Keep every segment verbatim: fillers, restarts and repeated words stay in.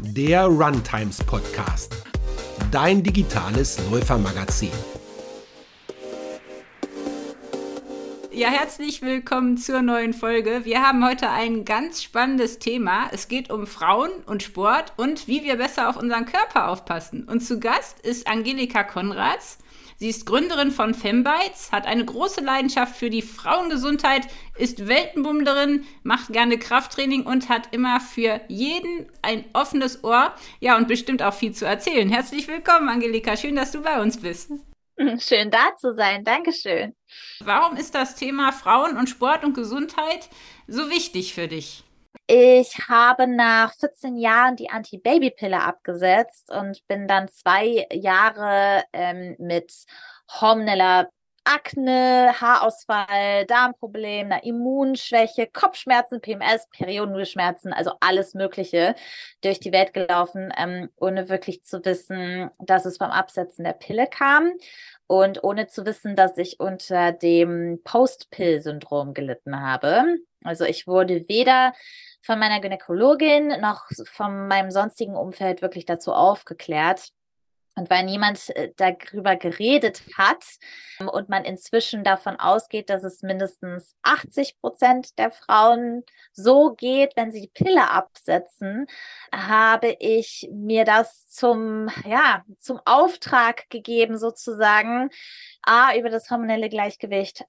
der Runtimes Podcast, dein digitales Läufermagazin. Ja, herzlich willkommen zur neuen Folge. Wir haben heute ein ganz spannendes Thema. Es geht um Frauen und Sport und wie wir besser auf unseren Körper aufpassen. Und zu Gast ist Angelika Konrads. Sie ist Gründerin von Fembites, hat eine große Leidenschaft für die Frauengesundheit, ist Weltenbummlerin, macht gerne Krafttraining und hat immer für jeden ein offenes Ohr. Ja, und bestimmt auch viel zu erzählen. Herzlich willkommen, Angelika. Schön, dass du bei uns bist. Schön da zu sein. Dankeschön. Warum ist das Thema Frauen und Sport und Gesundheit so wichtig für dich? Ich habe nach vierzehn Jahren die Anti-Baby-Pille abgesetzt und bin dann zwei Jahre ähm, mit hormoneller Akne, Haarausfall, Darmproblem, einer Immunschwäche, Kopfschmerzen, P M S, Periodenschmerzen, also alles Mögliche durch die Welt gelaufen, ähm, ohne wirklich zu wissen, dass es beim Absetzen der Pille kam und ohne zu wissen, dass ich unter dem Post-Pill-Syndrom gelitten habe. Also ich wurde weder von meiner Gynäkologin noch von meinem sonstigen Umfeld wirklich dazu aufgeklärt. Und weil niemand darüber geredet hat und man inzwischen davon ausgeht, dass es mindestens achtzig Prozent der Frauen so geht, wenn sie die Pille absetzen, habe ich mir das zum, ja, zum Auftrag gegeben, sozusagen, A, über das hormonelle Gleichgewicht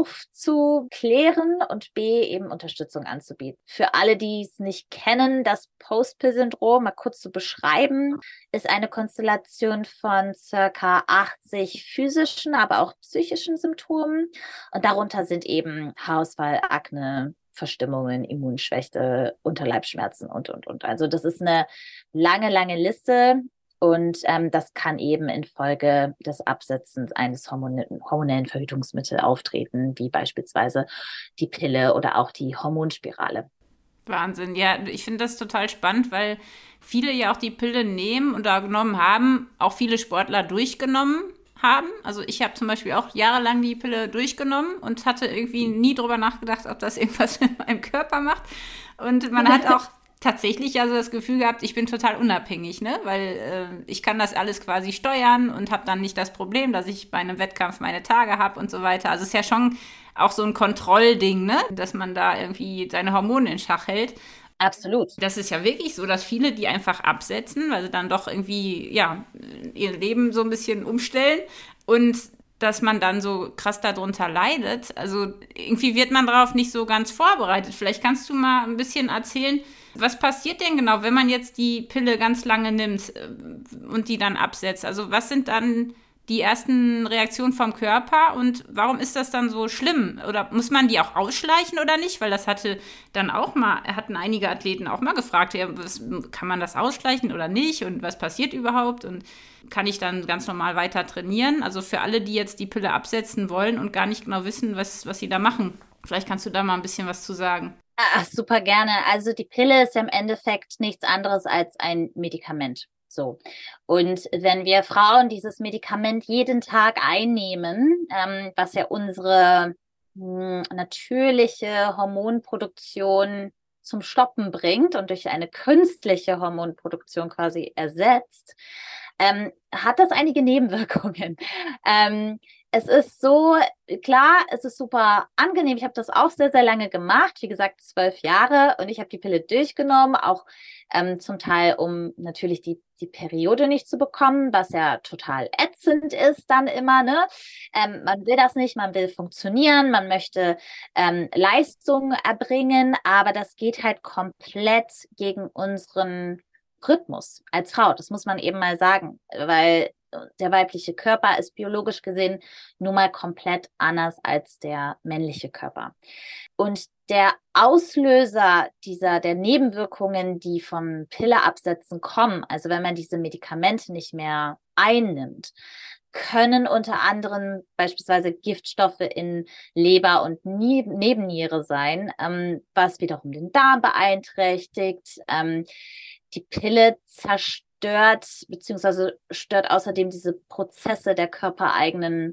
aufzuklären und B, eben Unterstützung anzubieten. Für alle, die es nicht kennen, das Post-Pill-Syndrom, mal kurz zu beschreiben, ist eine Konstellation von circa achtzig physischen, aber auch psychischen Symptomen. Und darunter sind eben Haarausfall, Akne, Verstimmungen, Immunschwäche, Unterleibsschmerzen und, und, und. Also das ist eine lange, lange Liste. Und ähm, das kann eben infolge des Absetzens eines hormon hormonellen Verhütungsmittels auftreten, wie beispielsweise die Pille oder auch die Hormonspirale. Wahnsinn, ja, ich finde das total spannend, weil viele ja auch die Pille nehmen und da genommen haben, auch viele Sportler durchgenommen haben. Also ich habe zum Beispiel auch jahrelang die Pille durchgenommen und hatte irgendwie nie drüber nachgedacht, ob das irgendwas mit meinem Körper macht. Und man hat auch tatsächlich also das Gefühl gehabt, ich bin total unabhängig, ne? Weil äh, ich kann das alles quasi steuern und habe dann nicht das Problem, dass ich bei einem Wettkampf meine Tage habe und so weiter. Also es ist ja schon auch so ein Kontrollding, ne? Dass man da irgendwie seine Hormone in Schach hält. Absolut. Das ist ja wirklich so, dass viele die einfach absetzen, weil sie dann doch irgendwie, ja, ihr Leben so ein bisschen umstellen und dass man dann so krass darunter leidet. Also irgendwie wird man darauf nicht so ganz vorbereitet. Vielleicht kannst du mal ein bisschen erzählen, was passiert denn genau, wenn man jetzt die Pille ganz lange nimmt und die dann absetzt? Also was sind dann die ersten Reaktionen vom Körper und warum ist das dann so schlimm? Oder muss man die auch ausschleichen oder nicht? Weil das hatte dann auch mal, hatten einige Athleten auch mal gefragt, ja, was, kann man das ausschleichen oder nicht? Und was passiert überhaupt? Und kann ich dann ganz normal weiter trainieren? Also für alle, die jetzt die Pille absetzen wollen und gar nicht genau wissen, was, was sie da machen. Vielleicht kannst du da mal ein bisschen was zu sagen. Ach, super gerne. Also die Pille ist ja im Endeffekt nichts anderes als ein Medikament. So. Und wenn wir Frauen dieses Medikament jeden Tag einnehmen, ähm, was ja unsere mh, natürliche Hormonproduktion zum Stoppen bringt und durch eine künstliche Hormonproduktion quasi ersetzt, ähm, hat das einige Nebenwirkungen. Ähm, Es ist so, klar, es ist super angenehm. Ich habe das auch sehr, sehr lange gemacht. Wie gesagt, zwölf Jahre. Und ich habe die Pille durchgenommen, auch ähm, zum Teil, um natürlich die, die Periode nicht zu bekommen, was ja total ätzend ist dann immer, ne? Ähm, man will das nicht, man will funktionieren, man möchte ähm, Leistung erbringen, aber das geht halt komplett gegen unseren Rhythmus als Frau. Das muss man eben mal sagen, weil der weibliche Körper ist biologisch gesehen nun mal komplett anders als der männliche Körper. Und der Auslöser dieser, der Nebenwirkungen, die vom Pilleabsetzen kommen, also wenn man diese Medikamente nicht mehr einnimmt, können unter anderem beispielsweise Giftstoffe in Leber und Nebenniere sein, ähm, was wiederum den Darm beeinträchtigt. Ähm, die Pille zerstört stört, beziehungsweise stört außerdem diese Prozesse der körpereigenen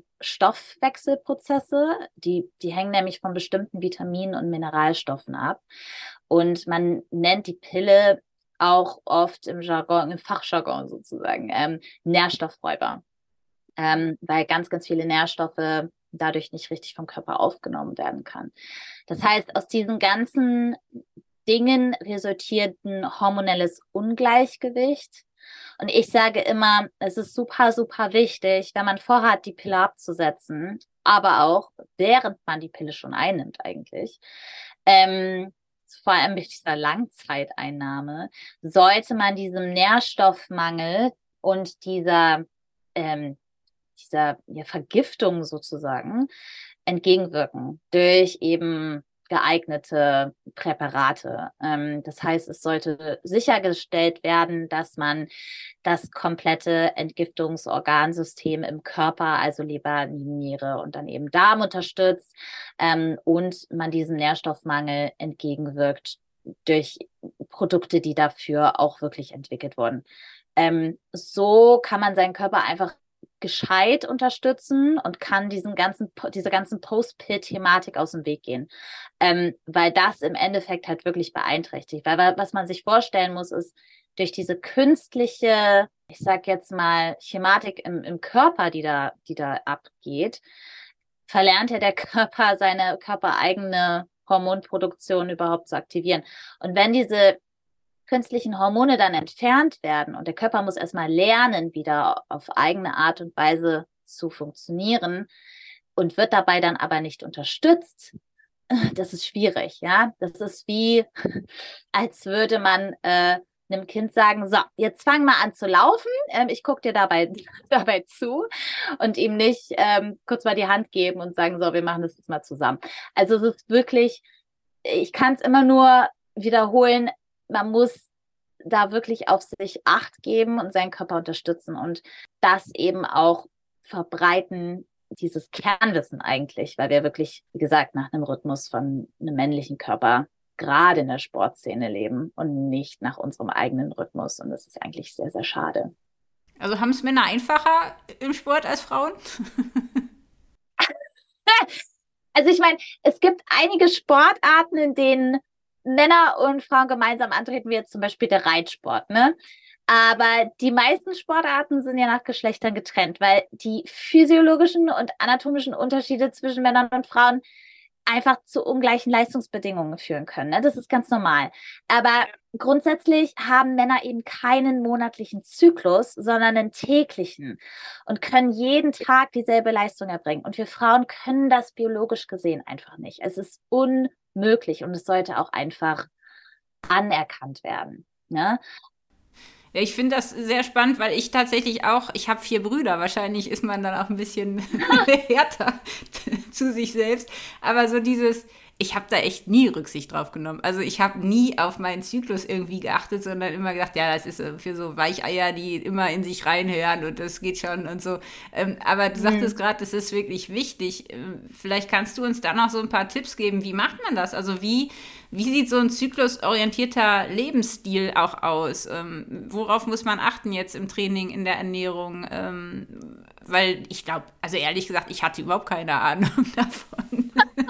Stoffwechselprozesse. Die, die hängen nämlich von bestimmten Vitaminen und Mineralstoffen ab. Und man nennt die Pille auch oft im Jargon, im Fachjargon sozusagen, ähm, Nährstoffräuber, ähm, weil ganz, ganz viele Nährstoffe dadurch nicht richtig vom Körper aufgenommen werden kann. Das heißt, aus diesen ganzen Dingen resultiert ein hormonelles Ungleichgewicht. Und ich sage immer, es ist super, super wichtig, wenn man vorhat, die Pille abzusetzen, aber auch während man die Pille schon einnimmt eigentlich, ähm, vor allem mit dieser Langzeiteinnahme, sollte man diesem Nährstoffmangel und dieser, ähm, dieser ja, Vergiftung sozusagen entgegenwirken durch eben geeignete Präparate. Ähm, das heißt, es sollte sichergestellt werden, dass man das komplette Entgiftungsorgansystem im Körper, also Leber, Niere und dann eben Darm unterstützt, ähm, und man diesem Nährstoffmangel entgegenwirkt durch Produkte, die dafür auch wirklich entwickelt wurden. Ähm, so kann man seinen Körper einfach gescheit unterstützen und kann diesen ganzen, diese ganzen Post-Pill-Thematik aus dem Weg gehen. Ähm, weil das im Endeffekt halt wirklich beeinträchtigt. Weil was man sich vorstellen muss, ist, durch diese künstliche, ich sag jetzt mal, Chematik im, im Körper, die da, die da abgeht, verlernt ja der Körper seine körpereigene Hormonproduktion überhaupt zu aktivieren. Und wenn diese künstlichen Hormone dann entfernt werden und der Körper muss erstmal lernen, wieder auf eigene Art und Weise zu funktionieren und wird dabei dann aber nicht unterstützt, das ist schwierig, ja. Das ist wie, als würde man äh, einem Kind sagen, so, jetzt fang mal an zu laufen, ähm, ich gucke dir dabei, dabei zu und ihm nicht ähm, kurz mal die Hand geben und sagen, so, wir machen das jetzt mal zusammen. Also es ist wirklich, ich kann es immer nur wiederholen, man muss da wirklich auf sich Acht geben und seinen Körper unterstützen und das eben auch verbreiten, dieses Kernwissen eigentlich, weil wir wirklich, wie gesagt, nach einem Rhythmus von einem männlichen Körper gerade in der Sportszene leben und nicht nach unserem eigenen Rhythmus. Und das ist eigentlich sehr, sehr schade. Also haben es Männer einfacher im Sport als Frauen? Also ich meine, es gibt einige Sportarten, in denen Männer und Frauen gemeinsam antreten, wie jetzt zum Beispiel der Reitsport, ne? Aber die meisten Sportarten sind ja nach Geschlechtern getrennt, weil die physiologischen und anatomischen Unterschiede zwischen Männern und Frauen einfach zu ungleichen Leistungsbedingungen führen können. Ne? Das ist ganz normal. Aber grundsätzlich haben Männer eben keinen monatlichen Zyklus, sondern einen täglichen und können jeden Tag dieselbe Leistung erbringen. Und wir Frauen können das biologisch gesehen einfach nicht. Es ist unmöglich und es sollte auch einfach anerkannt werden. Ne? Ja, ich finde das sehr spannend, weil ich tatsächlich auch, ich habe vier Brüder, wahrscheinlich ist man dann auch ein bisschen härter zu sich selbst, aber so dieses, ich habe da echt nie Rücksicht drauf genommen. Also ich habe nie auf meinen Zyklus irgendwie geachtet, sondern immer gedacht, ja, das ist für so Weicheier, die immer in sich reinhören und das geht schon und so. Ähm, aber du sagtest mhm. gerade, das ist wirklich wichtig. Ähm, vielleicht kannst du uns da noch so ein paar Tipps geben, wie macht man das? Also wie, wie sieht so ein zyklusorientierter Lebensstil auch aus? Ähm, worauf muss man achten jetzt im Training, in der Ernährung? Ähm, weil ich glaube, also ehrlich gesagt, ich hatte überhaupt keine Ahnung davon.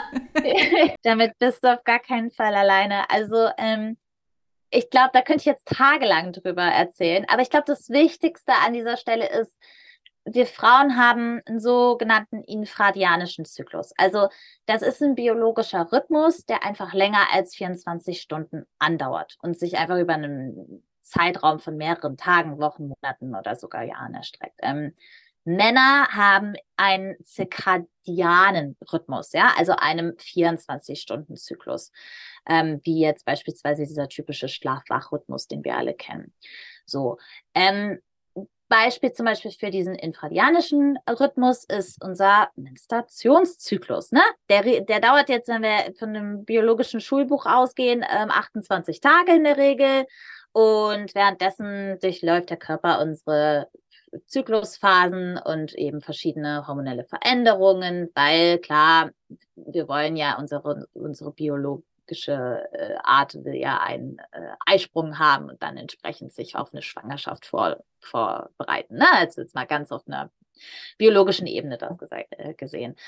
Damit bist du auf gar keinen Fall alleine. Also ähm, ich glaube, da könnte ich jetzt tagelang drüber erzählen. Aber ich glaube, das Wichtigste an dieser Stelle ist, wir Frauen haben einen sogenannten infradianischen Zyklus. Also das ist ein biologischer Rhythmus, der einfach länger als vierundzwanzig Stunden andauert und sich einfach über einen Zeitraum von mehreren Tagen, Wochen, Monaten oder sogar Jahren erstreckt. Ähm, Männer haben einen zirkadianen Rhythmus, ja, also einem vierundzwanzig-Stunden-Zyklus, ähm, wie jetzt beispielsweise dieser typische Schlaf-Wach-Rhythmus, den wir alle kennen. So, ähm, Beispiel zum Beispiel für diesen infradianischen Rhythmus ist unser Menstruationszyklus. Ne? Der, der dauert jetzt, wenn wir von einem biologischen Schulbuch ausgehen, ähm, achtundzwanzig Tage in der Regel. Und währenddessen durchläuft der Körper unsere Zyklusphasen und eben verschiedene hormonelle Veränderungen, weil klar, wir wollen ja unsere, unsere biologische äh, Art will ja einen äh, Eisprung haben und dann entsprechend sich auf eine Schwangerschaft vor, vorbereiten. Ne? Also jetzt mal ganz auf einer biologischen Ebene das gesagt, äh, gesehen.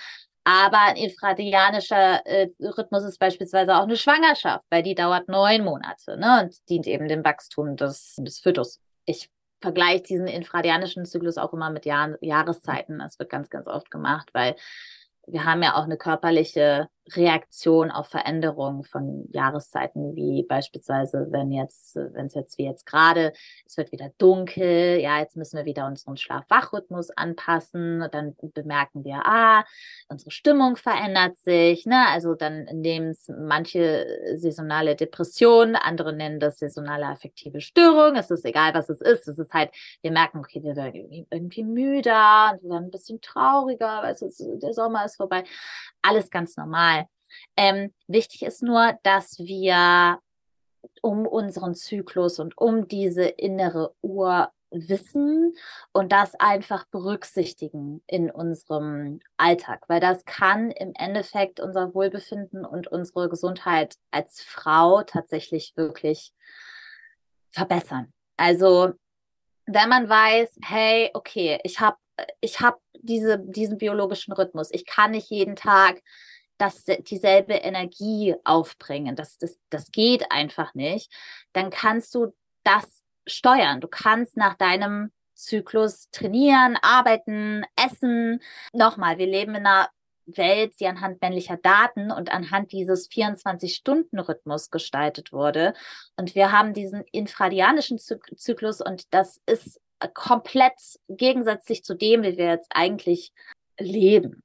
Aber ein infradianischer äh, Rhythmus ist beispielsweise auch eine Schwangerschaft, weil die dauert neun Monate, ne, und dient eben dem Wachstum des, des Fötus. Ich vergleiche diesen infradianischen Zyklus auch immer mit Jahr Jahreszeiten. Das wird ganz, ganz oft gemacht, weil wir haben ja auch eine körperliche Reaktion auf Veränderungen von Jahreszeiten, wie beispielsweise, wenn jetzt, wenn es jetzt wie jetzt gerade, es wird wieder dunkel, ja, jetzt müssen wir wieder unseren Schlaf-Wach-Rhythmus anpassen, dann bemerken wir, ah, unsere Stimmung verändert sich, ne, also dann nehmen es manche saisonale Depressionen, andere nennen das saisonale affektive Störung, es ist egal, was es ist, es ist halt, wir merken, okay, wir werden irgendwie, irgendwie müder, wir werden ein bisschen trauriger, weil es ist, der Sommer ist vorbei, alles ganz normal. Ähm, wichtig ist nur, dass wir um unseren Zyklus und um diese innere Uhr wissen und das einfach berücksichtigen in unserem Alltag, weil das kann im Endeffekt unser Wohlbefinden und unsere Gesundheit als Frau tatsächlich wirklich verbessern. Also wenn man weiß, hey, okay, ich habe ich hab diese, diesen biologischen Rhythmus, ich kann nicht jeden Tag das, dieselbe Energie aufbringen, das, das, das geht einfach nicht, dann kannst du das steuern. Du kannst nach deinem Zyklus trainieren, arbeiten, essen. Nochmal, wir leben in einer Welt, die anhand männlicher Daten und anhand dieses vierundzwanzig-Stunden-Rhythmus gestaltet wurde. Und wir haben diesen infradianischen Zyklus und das ist komplett gegensätzlich zu dem, wie wir jetzt eigentlich leben.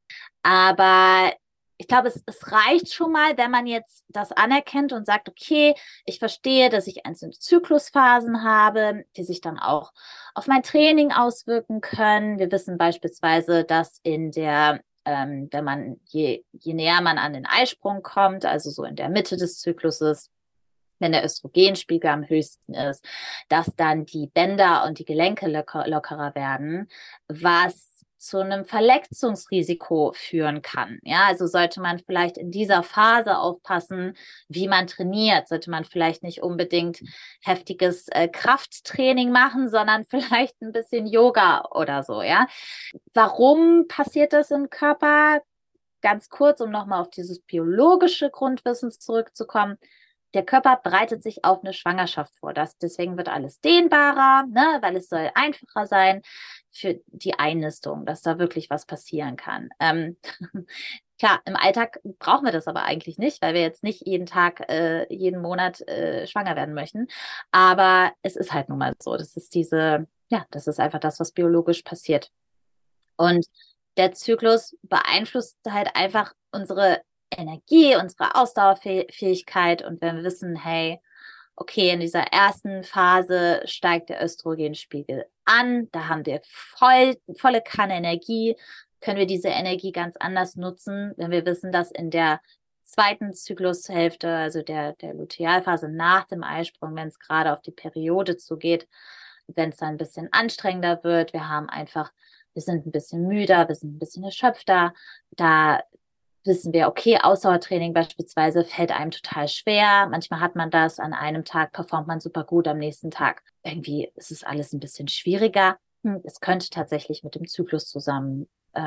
Aber ich glaube, es, es reicht schon mal, wenn man jetzt das anerkennt und sagt, okay, ich verstehe, dass ich einzelne Zyklusphasen habe, die sich dann auch auf mein Training auswirken können. Wir wissen beispielsweise, dass in der, ähm, wenn man, je, je näher man an den Eisprung kommt, also so in der Mitte des Zykluses, wenn der Östrogenspiegel am höchsten ist, dass dann die Bänder und die Gelenke locker, lockerer werden, was zu einem Verletzungsrisiko führen kann. Ja, also sollte man vielleicht in dieser Phase aufpassen, wie man trainiert. Sollte man vielleicht nicht unbedingt heftiges äh, Krafttraining machen, sondern vielleicht ein bisschen Yoga oder so, ja. Warum passiert das im Körper? Ganz kurz, um nochmal auf dieses biologische Grundwissen zurückzukommen. Der Körper bereitet sich auf eine Schwangerschaft vor. Das, deswegen wird alles dehnbarer, ne, weil es soll einfacher sein für die Einnistung, dass da wirklich was passieren kann. Ähm, klar, im Alltag brauchen wir das aber eigentlich nicht, weil wir jetzt nicht jeden Tag, äh, jeden Monat äh, schwanger werden möchten. Aber es ist halt nun mal so. Das ist diese, ja, das ist einfach das, was biologisch passiert. Und der Zyklus beeinflusst halt einfach unsere Energie, unsere Ausdauerfähigkeit. Und wenn wir wissen, hey, okay, in dieser ersten Phase steigt der Östrogenspiegel an, da haben wir voll, volle Kanne Energie, können wir diese Energie ganz anders nutzen, wenn wir wissen, dass in der zweiten Zyklushälfte, also der, der Lutealphase nach dem Eisprung, wenn es gerade auf die Periode zugeht, wenn es dann ein bisschen anstrengender wird, wir haben einfach, wir sind ein bisschen müder, wir sind ein bisschen erschöpfter, da wissen wir, okay, Ausdauertraining beispielsweise fällt einem total schwer. Manchmal hat man das, an einem Tag performt man super gut, am nächsten Tag irgendwie ist es alles ein bisschen schwieriger. Es könnte tatsächlich mit dem Zyklus zusammenhängen.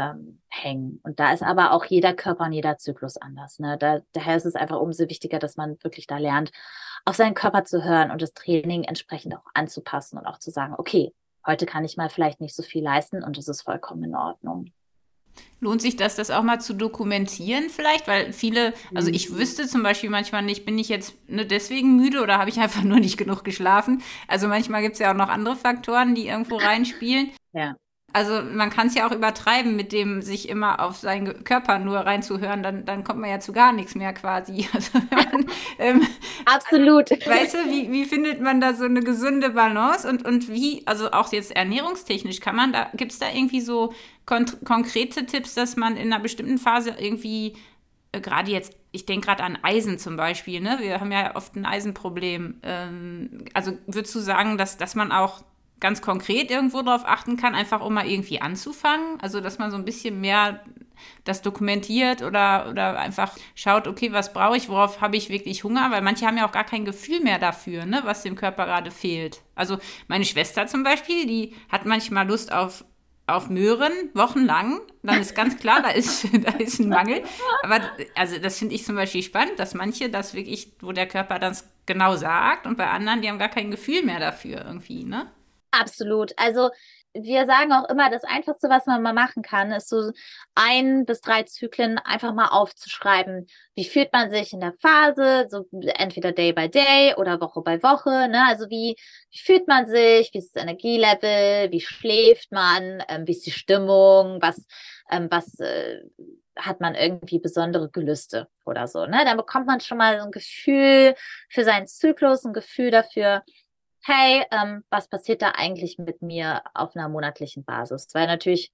Ähm, und da ist aber auch jeder Körper und jeder Zyklus anders. Ne? Da, daher ist es einfach umso wichtiger, dass man wirklich da lernt, auf seinen Körper zu hören und das Training entsprechend auch anzupassen und auch zu sagen, okay, heute kann ich mal vielleicht nicht so viel leisten und das ist vollkommen in Ordnung. Lohnt sich das, das auch mal zu dokumentieren vielleicht? Weil viele, also ich wüsste zum Beispiel manchmal nicht, bin ich jetzt ne, deswegen müde oder habe ich einfach nur nicht genug geschlafen? Also manchmal gibt es ja auch noch andere Faktoren, die irgendwo reinspielen. Ja. Also man kann es ja auch übertreiben, mit dem sich immer auf seinen Körper nur reinzuhören, dann, dann kommt man ja zu gar nichts mehr quasi. Also man, ähm, Absolut. Weißt du, wie, wie findet man da so eine gesunde Balance und, und wie, also auch jetzt ernährungstechnisch, kann man da, gibt es da irgendwie so kon- konkrete Tipps, dass man in einer bestimmten Phase irgendwie, äh, gerade jetzt, ich denke gerade an Eisen zum Beispiel, ne? Wir haben ja oft ein Eisenproblem. Ähm, also würdest du sagen, dass, dass man auch ganz konkret irgendwo drauf achten kann, einfach um mal irgendwie anzufangen? Also, dass man so ein bisschen mehr das dokumentiert oder, oder einfach schaut, okay, was brauche ich, worauf habe ich wirklich Hunger? Weil manche haben ja auch gar kein Gefühl mehr dafür, ne, was dem Körper gerade fehlt. Also meine Schwester zum Beispiel, die hat manchmal Lust auf auf Möhren wochenlang, dann ist ganz klar, da ist, da ist ein Mangel. Aber also das finde ich zum Beispiel spannend, dass manche das wirklich, wo der Körper das genau sagt und bei anderen, die haben gar kein Gefühl mehr dafür irgendwie, ne? Absolut. Also wir sagen auch immer, das Einfachste, was man mal machen kann, ist so ein bis drei Zyklen einfach mal aufzuschreiben. Wie fühlt man sich in der Phase? So entweder Day by Day oder Woche bei Woche. Ne? Also wie, wie fühlt man sich? Wie ist das Energielevel? Wie schläft man? Ähm, wie ist die Stimmung? Was, ähm, was äh, hat man irgendwie besondere Gelüste oder so? Ne? Dann bekommt man schon mal so ein Gefühl für seinen Zyklus, ein Gefühl dafür, hey, ähm, was passiert da eigentlich mit mir auf einer monatlichen Basis? Weil natürlich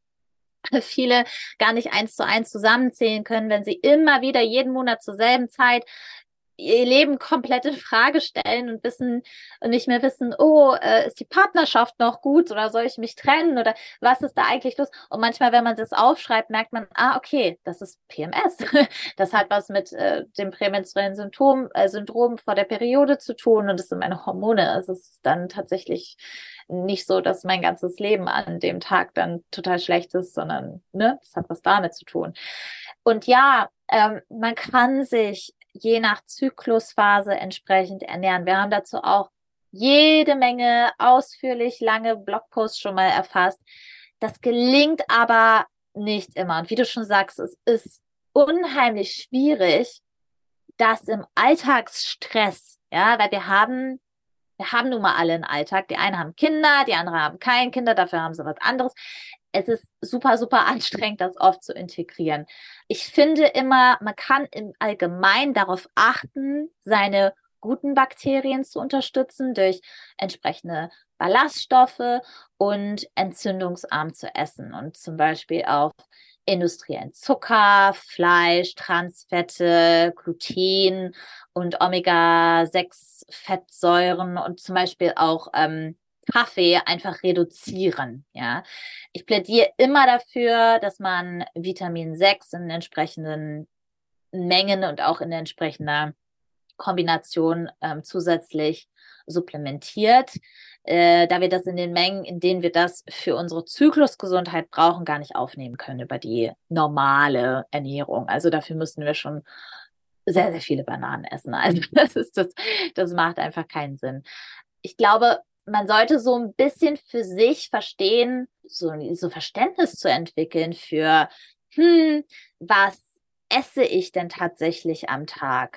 viele gar nicht eins zu eins zusammenzählen können, wenn sie immer wieder jeden Monat zur selben Zeit ihr Leben komplett in Frage stellen und wissen und nicht mehr wissen, oh, äh, ist die Partnerschaft noch gut oder soll ich mich trennen oder was ist da eigentlich los? Und manchmal, wenn man das aufschreibt, merkt man, ah, okay, das ist P M S. Das hat was mit äh, dem prämenstruellen Symptom, äh, Syndrom vor der Periode zu tun und das sind meine Hormone. Es ist dann tatsächlich nicht so, dass mein ganzes Leben an dem Tag dann total schlecht ist, sondern ne, das hat was damit zu tun. Und ja, ähm, man kann sich je nach Zyklusphase entsprechend ernähren. Wir haben dazu auch jede Menge ausführlich lange Blogposts schon mal erfasst. Das gelingt aber nicht immer. Und wie du schon sagst, es ist unheimlich schwierig, das im Alltagsstress, ja, weil wir haben, wir haben nun mal alle einen Alltag. Die einen haben Kinder, die anderen haben keine Kinder, dafür haben sie was anderes. Es ist super, super anstrengend, das oft zu integrieren. Ich finde immer, man kann im Allgemeinen darauf achten, seine guten Bakterien zu unterstützen durch entsprechende Ballaststoffe und entzündungsarm zu essen und zum Beispiel auf industriellen Zucker, Fleisch, Transfette, Gluten und Omega sechs Fettsäuren und zum Beispiel auch ähm, Kaffee einfach reduzieren, ja. Ich plädiere immer dafür, dass man Vitamin sechs in entsprechenden Mengen und auch in entsprechender Kombination ähm, zusätzlich supplementiert, äh, da wir das in den Mengen, in denen wir das für unsere Zyklusgesundheit brauchen, gar nicht aufnehmen können über die normale Ernährung. Also dafür müssten wir schon sehr, sehr viele Bananen essen. Also das ist das, das macht einfach keinen Sinn. Ich glaube, man sollte so ein bisschen für sich verstehen, so, so Verständnis zu entwickeln für, hm, was esse ich denn tatsächlich am Tag?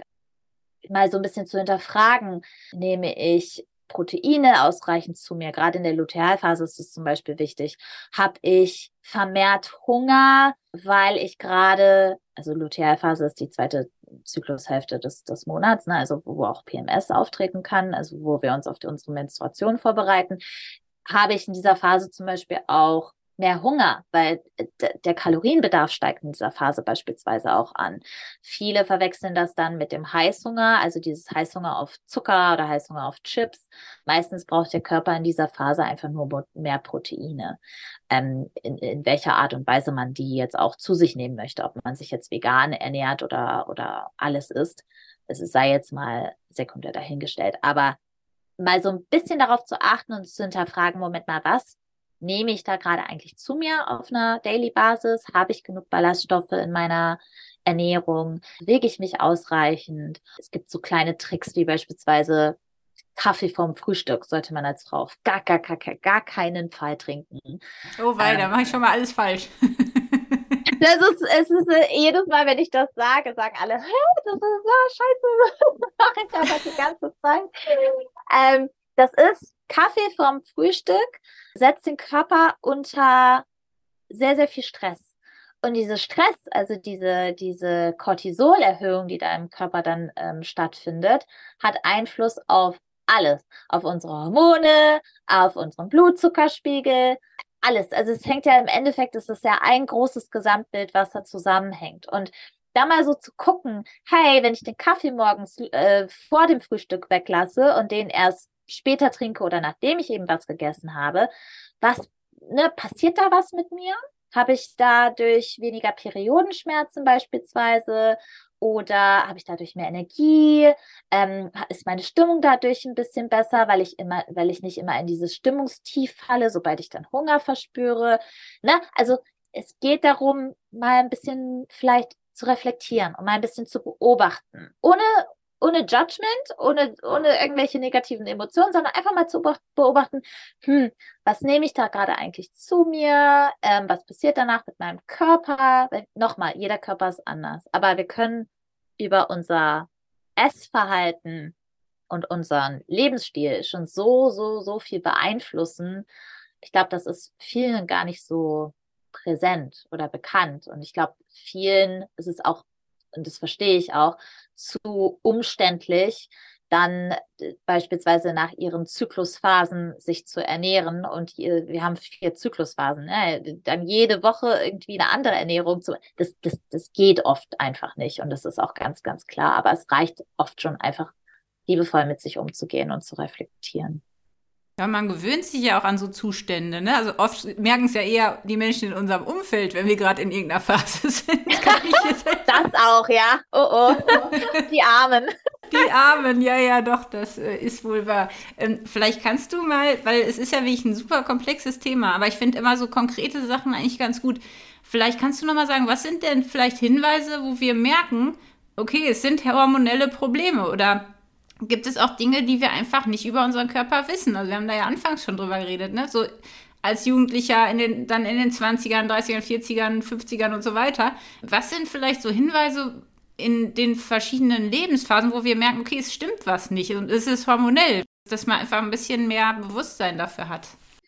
Mal so ein bisschen zu hinterfragen, nehme ich Proteine ausreichend zu mir, gerade in der Lutealphase ist es zum Beispiel wichtig. Habe ich vermehrt Hunger, weil ich gerade, also Lutealphase ist die zweite Zyklushälfte des, des Monats, ne, also wo auch P M S auftreten kann, also wo wir uns auf die, unsere Menstruation vorbereiten, habe ich in dieser Phase zum Beispiel auch mehr Hunger, weil der Kalorienbedarf steigt in dieser Phase beispielsweise auch an. Viele verwechseln das dann mit dem Heißhunger, also dieses Heißhunger auf Zucker oder Heißhunger auf Chips. Meistens braucht der Körper in dieser Phase einfach nur mehr Proteine. Ähm, in, in welcher Art und Weise man die jetzt auch zu sich nehmen möchte, ob man sich jetzt vegan ernährt oder, oder alles isst. Es sei jetzt mal sekundär dahingestellt. Aber mal so ein bisschen darauf zu achten und zu hinterfragen, Moment mal, was nehme ich da gerade eigentlich zu mir auf einer Daily-Basis? Habe ich genug Ballaststoffe in meiner Ernährung? Bewege ich mich ausreichend? Es gibt so kleine Tricks wie beispielsweise Kaffee vorm Frühstück sollte man als Frau auf gar, gar, gar, gar, gar keinen Fall trinken. Oh wei, ähm, da mache ich schon mal alles falsch. Das ist, es ist äh, jedes Mal, wenn ich das sage, sagen alle, hä, das ist ja scheiße, das mache ich aber die ganze Zeit. Ähm, das ist Kaffee vorm Frühstück, setzt den Körper unter sehr, sehr viel Stress. Und diese Stress, also diese, diese Cortisolerhöhung, die da im Körper dann ähm, stattfindet, hat Einfluss auf alles. Auf unsere Hormone, auf unseren Blutzuckerspiegel, alles. Also es hängt ja im Endeffekt, es ist ja ein großes Gesamtbild, was da zusammenhängt. Und da mal so zu gucken, hey, wenn ich den Kaffee morgens äh, vor dem Frühstück weglasse und den erst später trinke oder nachdem ich eben was gegessen habe, was, ne, passiert da was mit mir? Habe ich dadurch weniger Periodenschmerzen beispielsweise Oder habe ich dadurch mehr Energie? Ähm, ist meine Stimmung dadurch ein bisschen besser, weil ich immer, weil ich nicht immer in dieses Stimmungstief falle, sobald ich dann Hunger verspüre? Ne? Also es geht darum, mal ein bisschen vielleicht zu reflektieren und mal ein bisschen zu beobachten. Ohne, ohne Judgment, ohne, ohne irgendwelche negativen Emotionen, sondern einfach mal zu beobachten, hm, was nehme ich da gerade eigentlich zu mir? Ähm, was passiert danach mit meinem Körper? Weil, nochmal, jeder Körper ist anders. Aber wir können über unser Essverhalten und unseren Lebensstil schon so, so, so viel beeinflussen. Ich glaube, das ist vielen gar nicht so präsent oder bekannt. Und ich glaube, vielen ist es auch, und das verstehe ich auch, zu umständlich, dann äh, beispielsweise nach ihren Zyklusphasen sich zu ernähren. Und äh, wir haben vier Zyklusphasen, ne? Dann jede Woche irgendwie eine andere Ernährung zu. Das, das, das geht oft einfach nicht. Und das ist auch ganz, ganz klar. Aber es reicht oft schon einfach, liebevoll mit sich umzugehen und zu reflektieren. Ja, man gewöhnt sich ja auch an so Zustände, ne? Also oft merken es ja eher die Menschen in unserem Umfeld, wenn wir gerade in irgendeiner Phase sind. Kann ich jetzt Das auch, ja. Oh, oh. Die Armen. Die Armen, ja, ja, doch, das äh, ist wohl wahr. Ähm, vielleicht kannst du mal, weil es ist ja wirklich ein super komplexes Thema, aber ich finde immer so konkrete Sachen eigentlich ganz gut. Vielleicht kannst du noch mal sagen, was sind denn vielleicht Hinweise, wo wir merken, okay, es sind hormonelle Probleme oder gibt es auch Dinge, die wir einfach nicht über unseren Körper wissen? Also wir haben da ja anfangs schon drüber geredet, ne? So als Jugendlicher in den, dann in den zwanzigern, dreißigern, vierzigern, fünfzigern und so weiter. Was sind vielleicht so Hinweise in den verschiedenen Lebensphasen, wo wir merken, okay, es stimmt was nicht und es ist hormonell, dass man einfach ein bisschen mehr Bewusstsein dafür hat?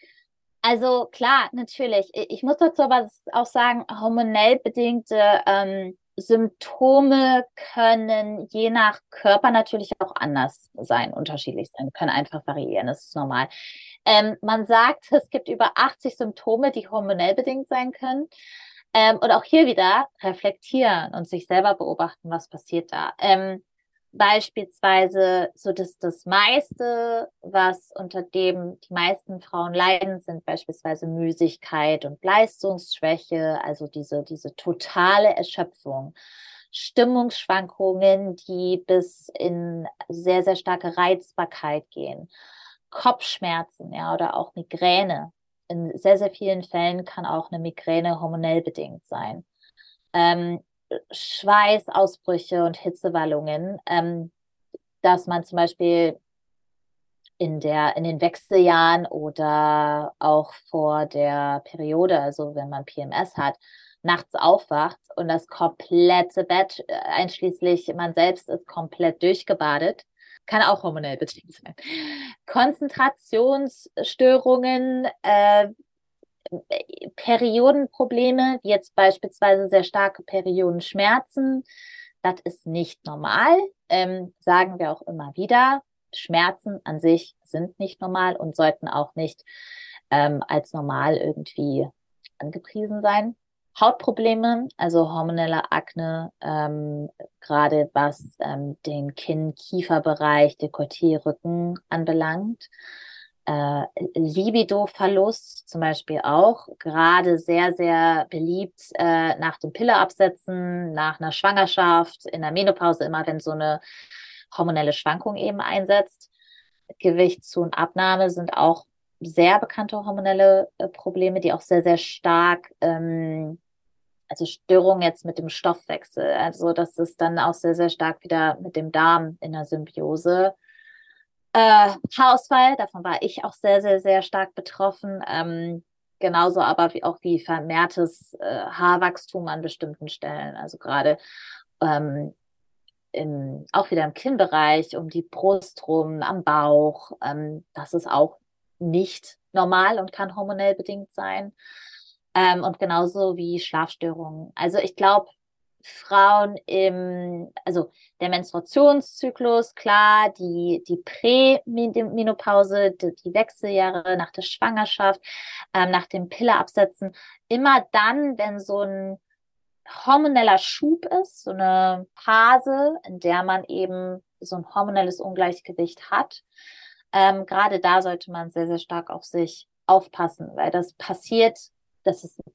Also klar, natürlich. Ich muss dazu aber auch sagen, hormonell bedingte ähm, Symptome können je nach Körper natürlich auch anders sein, unterschiedlich sein, können einfach variieren, das ist normal. Ähm, man sagt, es gibt über achtzig Symptome, die hormonell bedingt sein können. Ähm, und auch hier wieder reflektieren und sich selber beobachten, was passiert da. Ähm, beispielsweise so dass das meiste, was unter dem die meisten Frauen leiden, sind beispielsweise Müdigkeit und Leistungsschwäche, also diese, diese totale Erschöpfung. Stimmungsschwankungen, die bis in sehr, sehr starke Reizbarkeit gehen. Kopfschmerzen, ja, oder auch Migräne. In sehr, sehr vielen Fällen kann auch eine Migräne hormonell bedingt sein. Ähm, Schweißausbrüche und Hitzewallungen, ähm, dass man zum Beispiel in der, in den Wechseljahren oder auch vor der Periode, also wenn man P M S hat, nachts aufwacht und das komplette Bett, äh, einschließlich man selbst, ist komplett durchgebadet. Kann auch hormonell bedingt sein. Konzentrationsstörungen, äh, Periodenprobleme, wie jetzt beispielsweise sehr starke Periodenschmerzen, das ist nicht normal, ähm, sagen wir auch immer wieder. Schmerzen an sich sind nicht normal und sollten auch nicht ähm, als normal irgendwie angepriesen sein. Hautprobleme, also hormonelle Akne, ähm, gerade was ähm, den Kinn-Kieferbereich, Dekolleté, Rücken anbelangt. Äh, Libido-Verlust zum Beispiel auch, gerade sehr, sehr beliebt äh, nach dem Pilleabsetzen, nach einer Schwangerschaft, in der Menopause, immer wenn so eine hormonelle Schwankung eben einsetzt. Gewichts- und Abnahme sind auch sehr bekannte hormonelle äh, Probleme, die auch sehr, sehr stark, ähm, also Störungen jetzt mit dem Stoffwechsel, also das ist dann auch sehr, sehr stark wieder mit dem Darm in der Symbiose. Äh, Haarausfall, davon war ich auch sehr, sehr, sehr stark betroffen. Ähm, genauso aber wie auch wie vermehrtes äh, Haarwachstum an bestimmten Stellen. Also gerade ähm, im, auch wieder im Kinnbereich, um die Brust rum, am Bauch. Ähm, das ist auch nicht normal und kann hormonell bedingt sein. Ähm, und genauso wie Schlafstörungen. Also ich glaube, Frauen im, also der Menstruationszyklus, klar, die, die Prämenopause, die, die Wechseljahre nach der Schwangerschaft, ähm, nach dem Pilleabsetzen, immer dann, wenn so ein hormoneller Schub ist, so eine Phase, in der man eben so ein hormonelles Ungleichgewicht hat. Ähm, gerade da sollte man sehr, sehr stark auf sich aufpassen, weil das passiert, das ist, das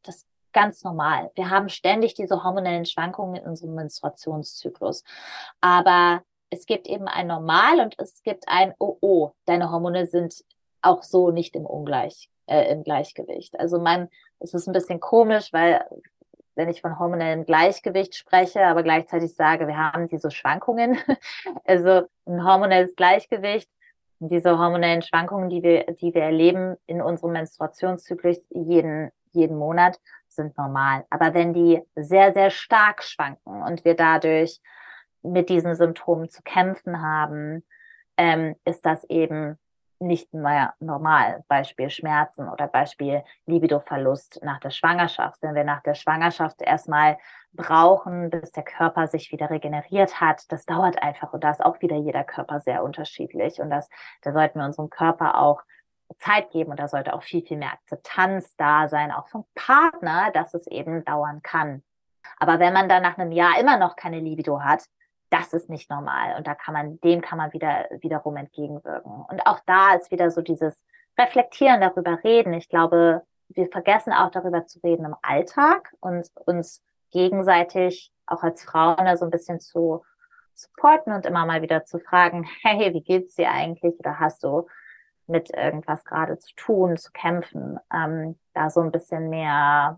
ganz normal. Wir haben ständig diese hormonellen Schwankungen in unserem Menstruationszyklus. Aber es gibt eben ein Normal und es gibt ein Oh, oh, deine Hormone sind auch so nicht im Ungleich, äh, im Gleichgewicht. Also man, es ist ein bisschen komisch, weil wenn ich von hormonellem Gleichgewicht spreche, aber gleichzeitig sage, wir haben diese Schwankungen, also ein hormonelles Gleichgewicht, diese hormonellen Schwankungen, die wir, die wir erleben in unserem Menstruationszyklus jeden, jeden Monat, sind normal. Aber wenn die sehr, sehr stark schwanken und wir dadurch mit diesen Symptomen zu kämpfen haben, ähm, ist das eben nicht mehr normal. Beispiel Schmerzen oder Beispiel Libidoverlust nach der Schwangerschaft. Wenn wir nach der Schwangerschaft erstmal brauchen, bis der Körper sich wieder regeneriert hat, das dauert einfach und da ist auch wieder jeder Körper sehr unterschiedlich und das, da sollten wir unserem Körper auch Zeit geben und da sollte auch viel, viel mehr Akzeptanz da sein, auch vom Partner, dass es eben dauern kann. Aber wenn man dann nach einem Jahr immer noch keine Libido hat, das ist nicht normal und da kann man, dem kann man wieder, wiederum entgegenwirken. Und auch da ist wieder so dieses Reflektieren, darüber reden. Ich glaube, wir vergessen auch darüber zu reden im Alltag und uns gegenseitig auch als Frauen da so ein bisschen zu supporten und immer mal wieder zu fragen, hey, wie geht's dir eigentlich? Oder hast du mit irgendwas gerade zu tun, zu kämpfen? Ähm, da so ein bisschen mehr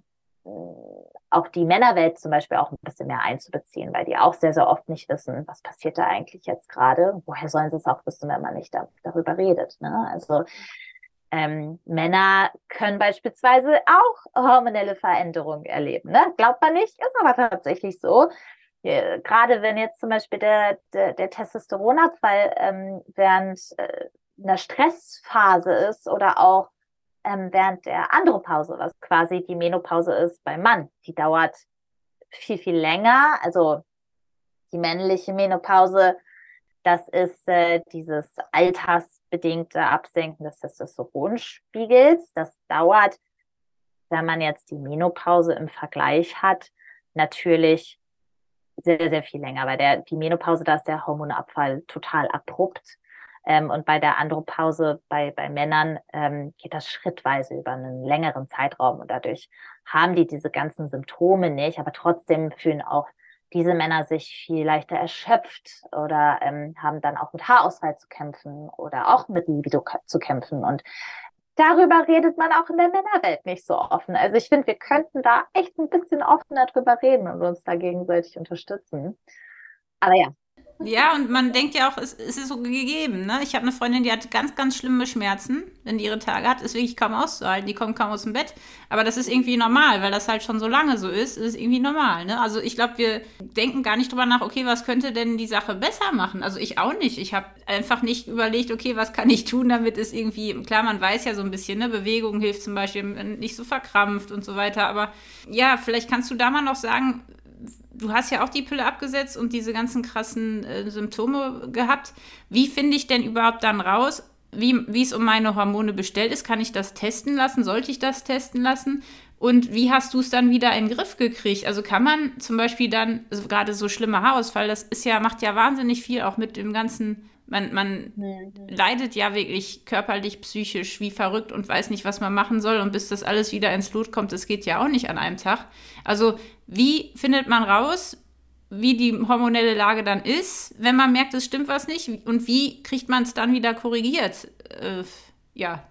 auch die Männerwelt zum Beispiel auch ein bisschen mehr einzubeziehen, weil die auch sehr, sehr oft nicht wissen, was passiert da eigentlich jetzt gerade. Woher sollen sie es auch wissen, wenn man nicht da, darüber redet, ne? Also ähm, Männer können beispielsweise auch hormonelle Veränderungen erleben, ne? Glaubt man nicht, ist aber tatsächlich so. Ja, gerade wenn jetzt zum Beispiel der, der, der Testosteronabfall ähm, während äh, einer Stressphase ist oder auch ähm, während der Andropause, was quasi die Menopause ist beim Mann. Die dauert viel, viel länger. Also die männliche Menopause, das ist äh, dieses altersbedingte Absenken des Testosteronspiegels. Das dauert, wenn man jetzt die Menopause im Vergleich hat, natürlich sehr, sehr viel länger. Weil der, die Menopause, da ist der Hormonabfall total abrupt. Ähm, und bei der Andropause bei, bei Männern ähm, geht das schrittweise über einen längeren Zeitraum und dadurch haben die diese ganzen Symptome nicht, aber trotzdem fühlen auch diese Männer sich viel leichter erschöpft oder ähm, haben dann auch mit Haarausfall zu kämpfen oder auch mit Libido zu kämpfen und darüber redet man auch in der Männerwelt nicht so offen. Also ich finde, wir könnten da echt ein bisschen offener drüber reden und uns da gegenseitig unterstützen. Aber ja. Ja, und man denkt ja auch, es, es ist so gegeben, ne? Ich habe eine Freundin, die hat ganz, ganz schlimme Schmerzen, wenn die ihre Tage hat, ist wirklich kaum auszuhalten, die kommt kaum aus dem Bett. Aber das ist irgendwie normal, weil das halt schon so lange so ist, ist irgendwie normal, ne? Also ich glaube, wir denken gar nicht drüber nach, okay, was könnte denn die Sache besser machen? Also ich auch nicht. Ich habe einfach nicht überlegt, okay, was kann ich tun, damit es irgendwie, klar, man weiß ja so ein bisschen, ne? Bewegung hilft zum Beispiel, nicht so verkrampft und so weiter. Aber ja, vielleicht kannst du da mal noch sagen, du hast ja auch die Pille abgesetzt und diese ganzen krassen äh, Symptome gehabt. Wie finde ich denn überhaupt dann raus, wie, wie es um meine Hormone bestellt ist? Kann ich das testen lassen? Sollte ich das testen lassen? Und wie hast du es dann wieder in den Griff gekriegt? Also kann man zum Beispiel dann, also gerade so schlimmer Haarausfall, das ist ja, macht ja wahnsinnig viel auch mit dem ganzen, man, man mhm. leidet ja wirklich körperlich, psychisch wie verrückt und weiß nicht, was man machen soll. Und bis das alles wieder ins Lot kommt, das geht ja auch nicht an einem Tag. Also wie findet man raus, wie die hormonelle Lage dann ist, wenn man merkt, es stimmt was nicht? Und wie kriegt man es dann wieder korrigiert? Äh, ja.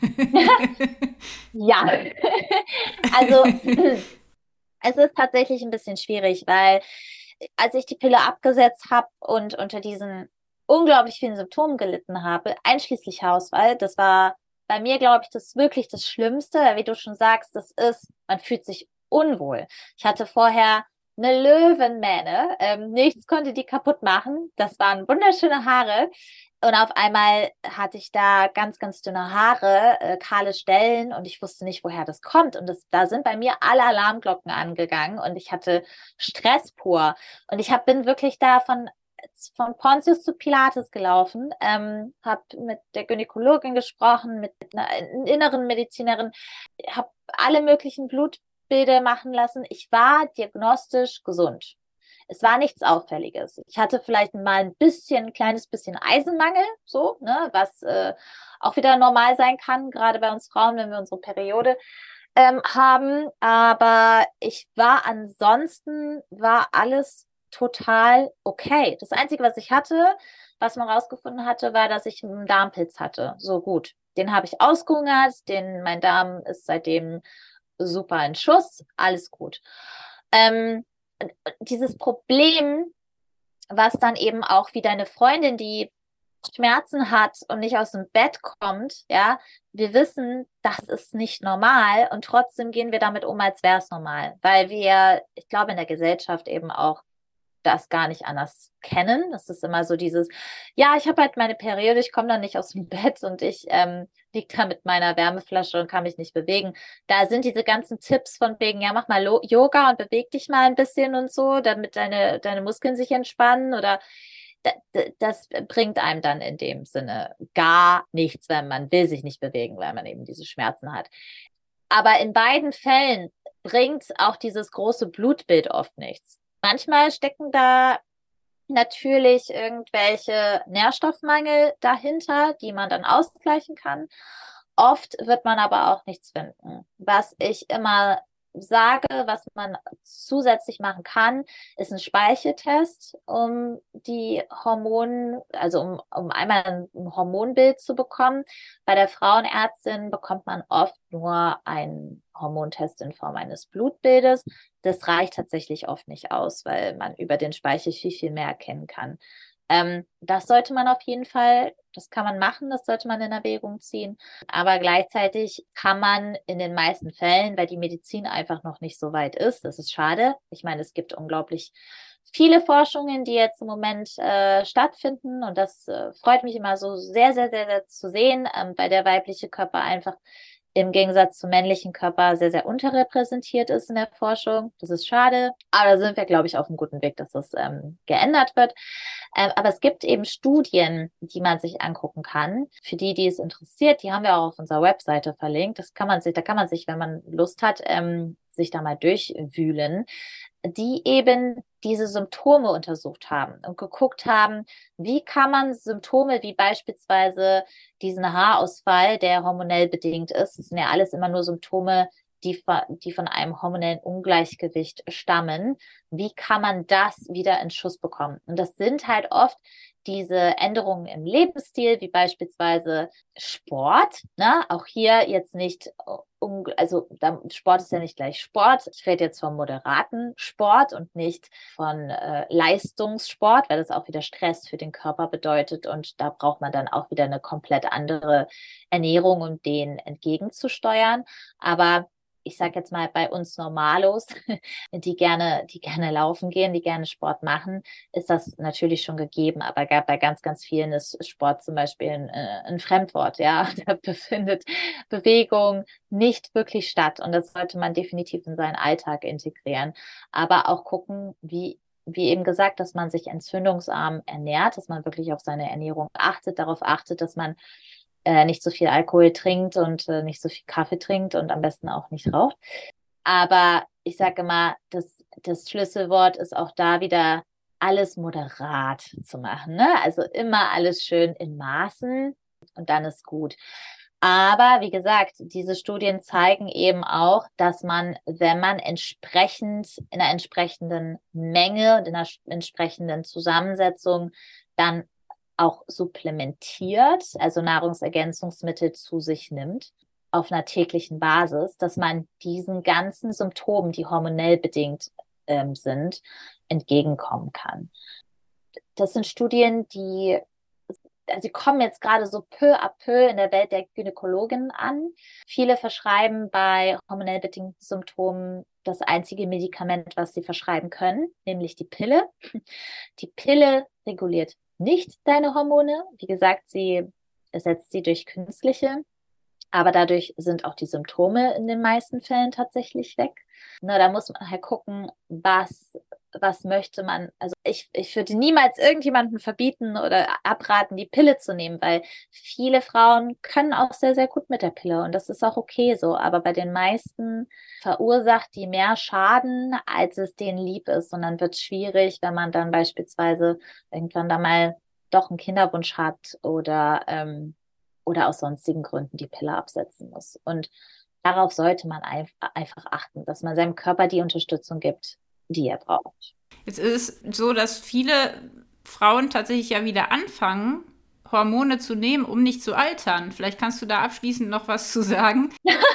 Ja. Also es ist tatsächlich ein bisschen schwierig, weil als ich die Pille abgesetzt habe und unter diesen unglaublich vielen Symptomen gelitten habe, einschließlich Haarausfall, das war bei mir, glaube ich, das wirklich das Schlimmste, weil wie du schon sagst, das ist, man fühlt sich unwohl. Ich hatte vorher eine Löwenmähne, ähm, nichts konnte die kaputt machen, das waren wunderschöne Haare und auf einmal hatte ich da ganz, ganz dünne Haare, äh, kahle Stellen und ich wusste nicht, woher das kommt und das, da sind bei mir alle Alarmglocken angegangen und ich hatte Stress pur und ich hab, bin wirklich da von von Pontius zu Pilates gelaufen, ähm, habe mit der Gynäkologin gesprochen, mit einer inneren Medizinerin, habe alle möglichen Blutbilder machen lassen. Ich war diagnostisch gesund. Es war nichts Auffälliges. Ich hatte vielleicht mal ein bisschen, ein kleines bisschen Eisenmangel, so, ne, was äh, auch wieder normal sein kann, gerade bei uns Frauen, wenn wir unsere Periode ähm, haben, aber ich war ansonsten, war alles total okay. Das Einzige, was ich hatte, was man rausgefunden hatte, war, dass ich einen Darmpilz hatte. So gut. Den habe ich ausgehungert, den, mein Darm ist seitdem super in Schuss, alles gut. Ähm, dieses Problem, was dann eben auch wie deine Freundin, die Schmerzen hat und nicht aus dem Bett kommt, ja, wir wissen, das ist nicht normal und trotzdem gehen wir damit um, als wäre es normal, weil wir, ich glaube, in der Gesellschaft eben auch das gar nicht anders kennen. Das ist immer so dieses, ja, ich habe halt meine Periode, ich komme dann nicht aus dem Bett und ich ähm, liege da mit meiner Wärmeflasche und kann mich nicht bewegen. Da sind diese ganzen Tipps von wegen, ja, mach mal Lo Yoga und beweg dich mal ein bisschen und so, damit deine, deine Muskeln sich entspannen oder das bringt einem dann in dem Sinne gar nichts, wenn man will sich nicht bewegen, weil man eben diese Schmerzen hat. Aber in beiden Fällen bringt auch dieses große Blutbild oft nichts. Manchmal stecken da natürlich irgendwelche Nährstoffmangel dahinter, die man dann ausgleichen kann. Oft wird man aber auch nichts finden. Was ich immer sage, was man zusätzlich machen kann, ist ein Speicheltest, um die Hormone, also um, um einmal ein Hormonbild zu bekommen. Bei der Frauenärztin bekommt man oft nur einen Hormontest in Form eines Blutbildes. Das reicht tatsächlich oft nicht aus, weil man über den Speichel viel, viel mehr erkennen kann. Ähm, das sollte man auf jeden Fall, das kann man machen, das sollte man in Erwägung ziehen. Aber gleichzeitig kann man in den meisten Fällen, weil die Medizin einfach noch nicht so weit ist, das ist schade. Ich meine, es gibt unglaublich viele Forschungen, die jetzt im Moment äh, stattfinden und das äh, freut mich immer so sehr, sehr, sehr, sehr zu sehen, ähm, weil der weibliche Körper einfach im Gegensatz zum männlichen Körper sehr, sehr unterrepräsentiert ist in der Forschung. Das ist schade, aber da sind wir, glaube ich, auf einem guten Weg, dass das ähm, geändert wird. Ähm, aber es gibt eben Studien, die man sich angucken kann. Für die, die es interessiert, die haben wir auch auf unserer Webseite verlinkt. Das kann man sich, da kann man sich, wenn man Lust hat, ähm, sich da mal durchwühlen, die eben diese Symptome untersucht haben und geguckt haben, wie kann man Symptome wie beispielsweise diesen Haarausfall, der hormonell bedingt ist, das sind ja alles immer nur Symptome, die von, die von einem hormonellen Ungleichgewicht stammen, wie kann man das wieder in Schuss bekommen? Und das sind halt oft diese Änderungen im Lebensstil, wie beispielsweise Sport, ne? Auch hier jetzt nicht, also Sport ist ja nicht gleich Sport. Ich rede jetzt vom moderaten Sport und nicht von äh, Leistungssport, weil das auch wieder Stress für den Körper bedeutet und da braucht man dann auch wieder eine komplett andere Ernährung, um den entgegenzusteuern. Aber ich sage jetzt mal, bei uns Normalos, die gerne, die gerne laufen gehen, die gerne Sport machen, ist das natürlich schon gegeben. Aber bei ganz, ganz vielen ist Sport zum Beispiel ein, ein Fremdwort. Ja, da befindet Bewegung nicht wirklich statt. Und das sollte man definitiv in seinen Alltag integrieren. Aber auch gucken, wie wie eben gesagt, dass man sich entzündungsarm ernährt, dass man wirklich auf seine Ernährung achtet, darauf achtet, dass man äh, nicht so viel Alkohol trinkt und äh, nicht so viel Kaffee trinkt und am besten auch nicht raucht. Aber ich sage immer, das, das Schlüsselwort ist auch da wieder, alles moderat zu machen. Ne? Also immer alles schön in Maßen und dann ist gut. Aber wie gesagt, diese Studien zeigen eben auch, dass man, wenn man entsprechend in einer entsprechenden Menge und in einer entsprechenden Zusammensetzung dann auch supplementiert, also Nahrungsergänzungsmittel zu sich nimmt, auf einer täglichen Basis, dass man diesen ganzen Symptomen, die hormonell bedingt ähm, sind, entgegenkommen kann. Das sind Studien, die, also die kommen jetzt gerade so peu à peu in der Welt der Gynäkologin an. Viele verschreiben bei hormonell bedingten Symptomen das einzige Medikament, was sie verschreiben können, nämlich die Pille. Die Pille reguliert nicht deine Hormone. Wie gesagt, sie ersetzt sie durch künstliche. Aber dadurch sind auch die Symptome in den meisten Fällen tatsächlich weg. Na, da muss man halt gucken, was, was möchte man. Also ich, ich würde niemals irgendjemanden verbieten oder abraten, die Pille zu nehmen, weil viele Frauen können auch sehr, sehr gut mit der Pille und das ist auch okay so. Aber bei den meisten verursacht die mehr Schaden, als es denen lieb ist. Und dann wird es schwierig, wenn man dann beispielsweise irgendwann da mal doch einen Kinderwunsch hat oder ähm, oder aus sonstigen Gründen die Pille absetzen muss. Und darauf sollte man einfach achten, dass man seinem Körper die Unterstützung gibt, die er braucht. Jetzt ist es so, dass viele Frauen tatsächlich ja wieder anfangen, Hormone zu nehmen, um nicht zu altern. Vielleicht kannst du da abschließend noch was zu sagen.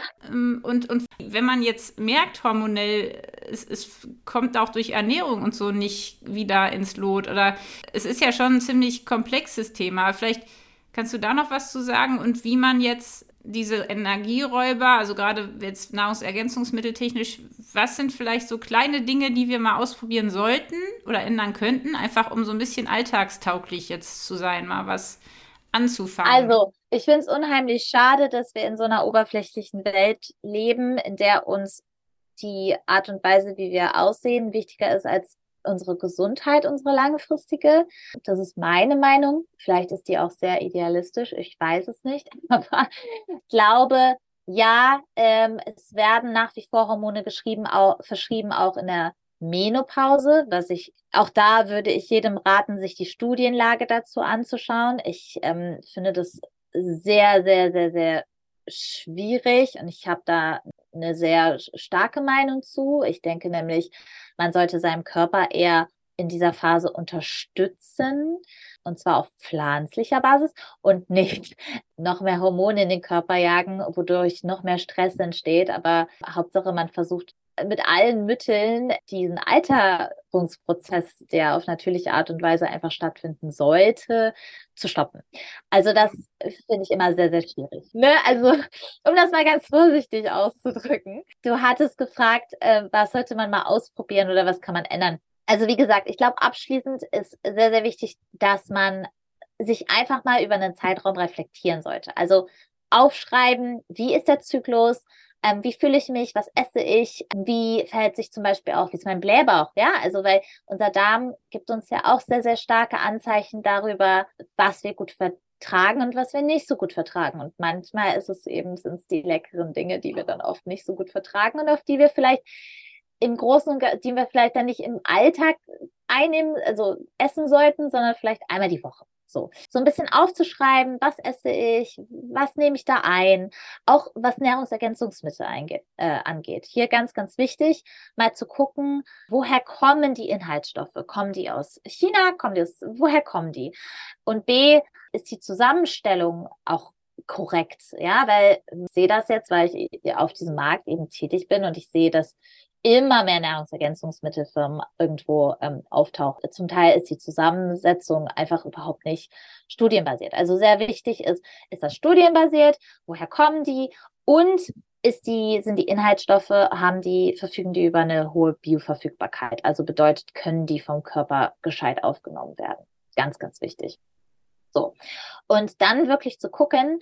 und, und wenn man jetzt merkt, hormonell, es, es kommt auch durch Ernährung und so nicht wieder ins Lot. Oder es ist ja schon ein ziemlich komplexes Thema. Vielleicht kannst du da noch was zu sagen und wie man jetzt diese Energieräuber, also gerade jetzt nahrungsergänzungsmitteltechnisch, was sind vielleicht so kleine Dinge, die wir mal ausprobieren sollten oder ändern könnten, einfach um so ein bisschen alltagstauglich jetzt zu sein, mal was anzufangen? Also, ich finde es unheimlich schade, dass wir in so einer oberflächlichen Welt leben, in der uns die Art und Weise, wie wir aussehen, wichtiger ist als unsere Gesundheit, unsere langfristige. Das ist meine Meinung. Vielleicht ist die auch sehr idealistisch. Ich weiß es nicht. Aber ich glaube, ja, ähm, es werden nach wie vor Hormone geschrieben, auch, verschrieben, auch in der Menopause, was ich, auch da würde ich jedem raten, sich die Studienlage dazu anzuschauen. Ich ähm, finde das sehr, sehr, sehr, sehr schwierig und ich habe da eine sehr starke Meinung zu. Ich denke nämlich, man sollte seinem Körper eher in dieser Phase unterstützen, und zwar auf pflanzlicher Basis und nicht noch mehr Hormone in den Körper jagen, wodurch noch mehr Stress entsteht. Aber Hauptsache, man versucht mit allen Mitteln diesen Alterungsprozess, der auf natürliche Art und Weise einfach stattfinden sollte, zu stoppen. Also das finde ich immer sehr, sehr schwierig. Ne? Also um das mal ganz vorsichtig auszudrücken. Du hattest gefragt, äh, was sollte man mal ausprobieren oder was kann man ändern? Also wie gesagt, ich glaube, abschließend ist sehr, sehr wichtig, dass man sich einfach mal über einen Zeitraum reflektieren sollte. Also aufschreiben, wie ist der Zyklus? Ähm, wie fühle ich mich, was esse ich, wie verhält sich zum Beispiel auch, wie ist mein Blähbauch, ja, also weil unser Darm gibt uns ja auch sehr, sehr starke Anzeichen darüber, was wir gut vertragen und was wir nicht so gut vertragen und manchmal ist es eben, sind es die leckeren Dinge, die wir dann oft nicht so gut vertragen und auf die wir vielleicht im Großen und die wir vielleicht dann nicht im Alltag einnehmen, also essen sollten, sondern vielleicht einmal die Woche. So, so ein bisschen aufzuschreiben, was esse ich, was nehme ich da ein, auch was Nahrungsergänzungsmittel eingeht, äh, angeht. Hier ganz, ganz wichtig, mal zu gucken, woher kommen die Inhaltsstoffe? Kommen die aus China? Kommen die aus, woher kommen die? Und B, ist die Zusammenstellung auch korrekt? Ja, weil ich sehe das jetzt, weil ich auf diesem Markt eben tätig bin und ich sehe, dass immer mehr Nahrungsergänzungsmittelfirmen irgendwo ähm, auftaucht. Zum Teil ist die Zusammensetzung einfach überhaupt nicht studienbasiert. Also sehr wichtig ist, ist das studienbasiert? Woher kommen die? Und ist die, sind die Inhaltsstoffe, haben die, verfügen die über eine hohe Bioverfügbarkeit? Also bedeutet, können die vom Körper gescheit aufgenommen werden? Ganz, ganz wichtig. So. Und dann wirklich zu gucken,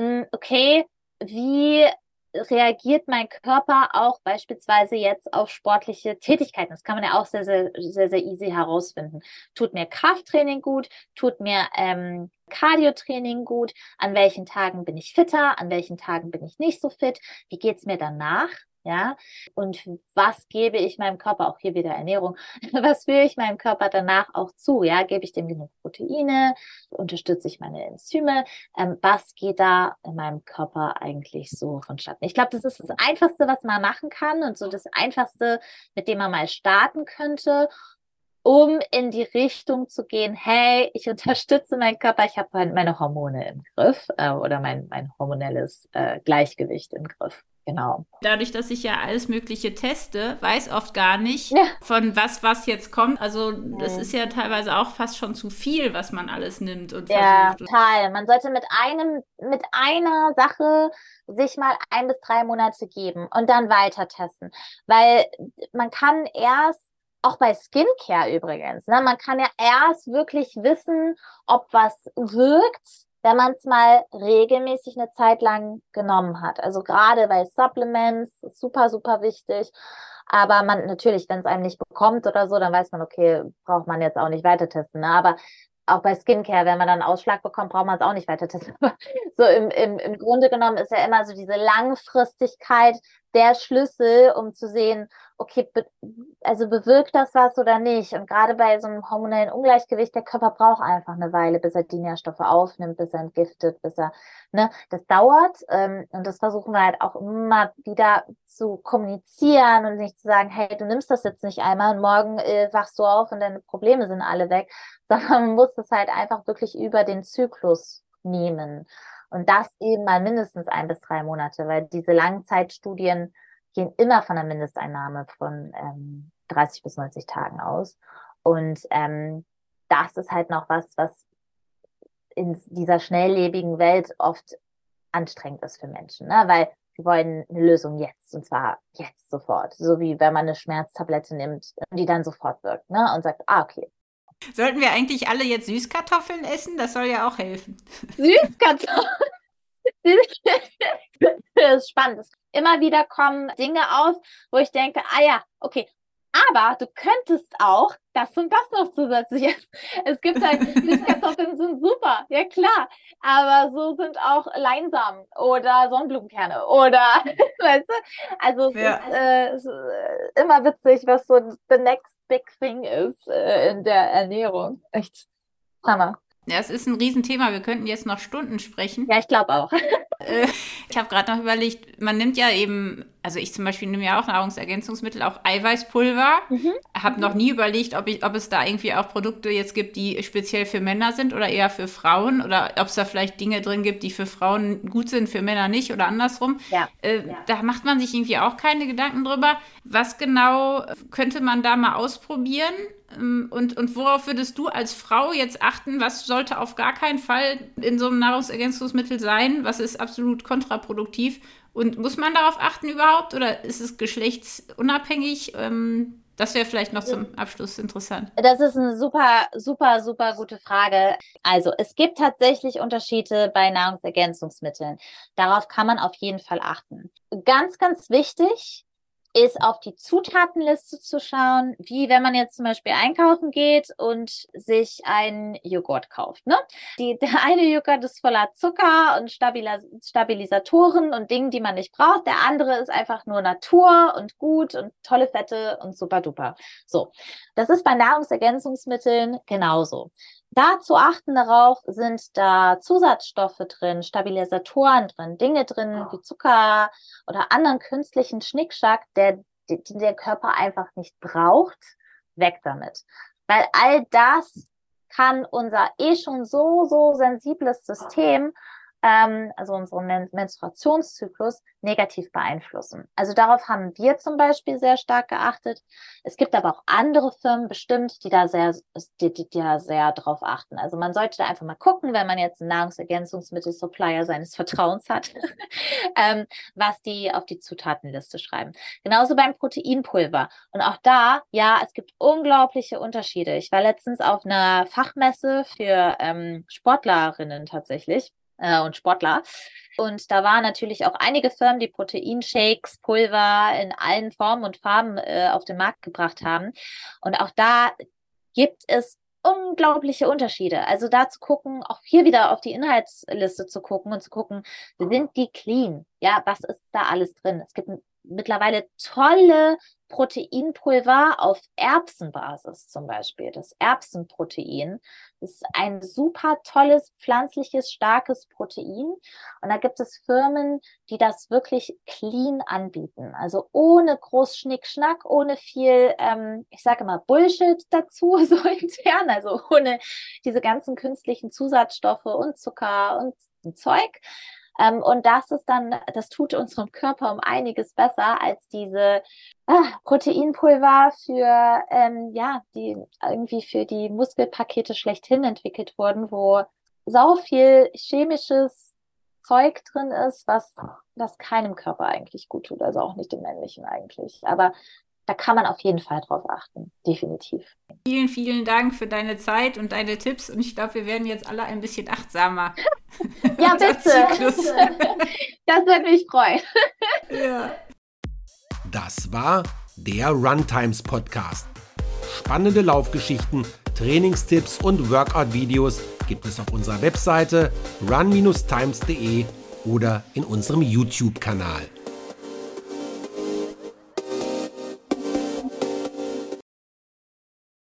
okay, wie reagiert mein Körper auch beispielsweise jetzt auf sportliche Tätigkeiten. Das kann man ja auch sehr, sehr, sehr, sehr easy herausfinden. Tut mir Krafttraining gut? Tut mir ähm, Cardio-Training gut? An welchen Tagen bin ich fitter? An welchen Tagen bin ich nicht so fit? Wie geht's mir danach? Ja, und was gebe ich meinem Körper, auch hier wieder Ernährung, was führe ich meinem Körper danach auch zu? Ja, gebe ich dem genug Proteine? Unterstütze ich meine Enzyme? Ähm, was geht da in meinem Körper eigentlich so vonstatten? Ich glaube, das ist das Einfachste, was man machen kann und so das Einfachste, mit dem man mal starten könnte, um in die Richtung zu gehen, hey, ich unterstütze meinen Körper, ich habe meine Hormone im Griff äh, oder mein, mein hormonelles äh, Gleichgewicht im Griff. Genau. Dadurch, dass ich ja alles Mögliche teste, weiß oft gar nicht, ja. von was was jetzt kommt. Also das mhm. ist ja teilweise auch fast schon zu viel, was man alles nimmt und ja, versucht. Ja, total. Man sollte mit einem, mit einer Sache sich mal ein bis drei Monate geben und dann weiter testen. Weil man kann erst, auch bei Skincare übrigens, ne, man kann ja erst wirklich wissen, ob was wirkt, wenn man es mal regelmäßig eine Zeit lang genommen hat. Also gerade bei Supplements, super, super wichtig. Aber man natürlich, wenn es einem nicht bekommt oder so, dann weiß man, okay, braucht man jetzt auch nicht weiter testen. Ne? Aber auch bei Skincare, wenn man dann einen Ausschlag bekommt, braucht man es auch nicht weiter testen. Aber so im, im, im Grunde genommen ist ja immer so diese Langfristigkeit der Schlüssel, um zu sehen, okay, be- also bewirkt das was oder nicht? Und gerade bei so einem hormonellen Ungleichgewicht, der Körper braucht einfach eine Weile, bis er die Nährstoffe aufnimmt, bis er entgiftet, bis er, ne, das dauert. Ähm, und das versuchen wir halt auch immer wieder zu kommunizieren und nicht zu sagen, hey, du nimmst das jetzt nicht einmal und morgen äh, wachst du auf und deine Probleme sind alle weg, sondern man muss es halt einfach wirklich über den Zyklus nehmen. Und das eben mal mindestens ein bis drei Monate, weil diese Langzeitstudien gehen immer von einer Mindesteinnahme von ähm, dreißig bis neunzig Tagen aus. Und ähm, das ist halt noch was, was in dieser schnelllebigen Welt oft anstrengend ist für Menschen, ne? Weil sie wollen eine Lösung jetzt, und zwar jetzt sofort. So wie wenn man eine Schmerztablette nimmt, die dann sofort wirkt, ne? Und sagt, ah, okay. Sollten wir eigentlich alle jetzt Süßkartoffeln essen? Das soll ja auch helfen. Süßkartoffeln. Das ist spannend. Immer wieder kommen Dinge auf, wo ich denke, ah ja, okay, aber du könntest auch das und das noch zusätzlich essen. Es gibt halt, Süßkartoffeln sind super, ja klar, aber so sind auch Leinsamen oder Sonnenblumenkerne oder, weißt du, also es, Ja. ist, äh, es ist äh, immer witzig, was so the next big thing ist äh, in der Ernährung. Echt Hammer. Ja, es ist ein Riesenthema. Wir könnten jetzt noch Stunden sprechen. Ja, ich glaube auch. Äh, ich habe gerade noch überlegt, man nimmt ja eben, also ich zum Beispiel nehme ja auch Nahrungsergänzungsmittel, auch Eiweißpulver. Mhm. Habe noch nie überlegt, ob, ich, ob es da irgendwie auch Produkte jetzt gibt, die speziell für Männer sind oder eher für Frauen oder ob es da vielleicht Dinge drin gibt, die für Frauen gut sind, für Männer nicht oder andersrum. Ja. Äh, Ja. Da macht man sich irgendwie auch keine Gedanken drüber. Was genau könnte man da mal ausprobieren? Und, und worauf würdest du als Frau jetzt achten? Was sollte auf gar keinen Fall in so einem Nahrungsergänzungsmittel sein? Was ist absolut kontraproduktiv? Und muss man darauf achten überhaupt? Oder ist es geschlechtsunabhängig? Ähm, das wäre vielleicht noch zum Abschluss interessant. Das ist eine super, super, super gute Frage. Also es gibt tatsächlich Unterschiede bei Nahrungsergänzungsmitteln. Darauf kann man auf jeden Fall achten. Ganz, ganz wichtig ist, auf die Zutatenliste zu schauen, wie wenn man jetzt zum Beispiel einkaufen geht und sich einen Joghurt kauft. Ne? Die, der eine Joghurt ist voller Zucker und Stabilis- Stabilisatoren und Dingen, die man nicht braucht. Der andere ist einfach nur Natur und gut und tolle Fette und super duper. So, das ist bei Nahrungsergänzungsmitteln genauso. Da zu achten darauf, sind da Zusatzstoffe drin, Stabilisatoren drin, Dinge drin wie Zucker oder anderen künstlichen Schnickschnack, der, den der Körper einfach nicht braucht, weg damit. Weil all das kann unser eh schon so, so sensibles System, ähm, also unseren Men- Menstruationszyklus, negativ beeinflussen. Also darauf haben wir zum Beispiel sehr stark geachtet. Es gibt aber auch andere Firmen bestimmt, die da sehr, die, die, die da sehr drauf achten. Also man sollte da einfach mal gucken, wenn man jetzt einen Nahrungsergänzungsmittel-Supplier seines Vertrauens hat, ähm, was die auf die Zutatenliste schreiben. Genauso beim Proteinpulver. Und auch da, ja, es gibt unglaubliche Unterschiede. Ich war letztens auf einer Fachmesse für ähm, Sportlerinnen tatsächlich äh, und Sportler. Und da waren natürlich auch einige Firmen, die Proteinshakes, Pulver in allen Formen und Farben äh, auf den Markt gebracht haben. Und auch da gibt es unglaubliche Unterschiede. Also da zu gucken, auch hier wieder auf die Inhaltsliste zu gucken und zu gucken, sind die clean? Ja, was ist da alles drin? Es gibt mittlerweile tolle Proteinpulver auf Erbsenbasis zum Beispiel. Das Erbsenprotein ist ein super tolles, pflanzliches, starkes Protein. Und da gibt es Firmen, die das wirklich clean anbieten. Also ohne groß Schnickschnack, ohne viel, ähm, ich sage immer Bullshit dazu, so intern. Also ohne diese ganzen künstlichen Zusatzstoffe und Zucker und, und Zeug. Ähm, und das ist dann, das tut unserem Körper um einiges besser als diese ah, Proteinpulver für, ähm, ja, die irgendwie für die Muskelpakete schlechthin entwickelt wurden, wo sau viel chemisches Zeug drin ist, was, was keinem Körper eigentlich gut tut, also auch nicht dem männlichen eigentlich. Aber da kann man auf jeden Fall drauf achten, definitiv. Vielen, vielen Dank für deine Zeit und deine Tipps. Und ich glaube, wir werden jetzt alle ein bisschen achtsamer. Ja, bitte. Das würde mich freuen. Ja. Das war der Runtimes Podcast. Spannende Laufgeschichten, Trainingstipps und Workout-Videos gibt es auf unserer Webseite run Bindestrich times punkt de oder in unserem YouTube-Kanal.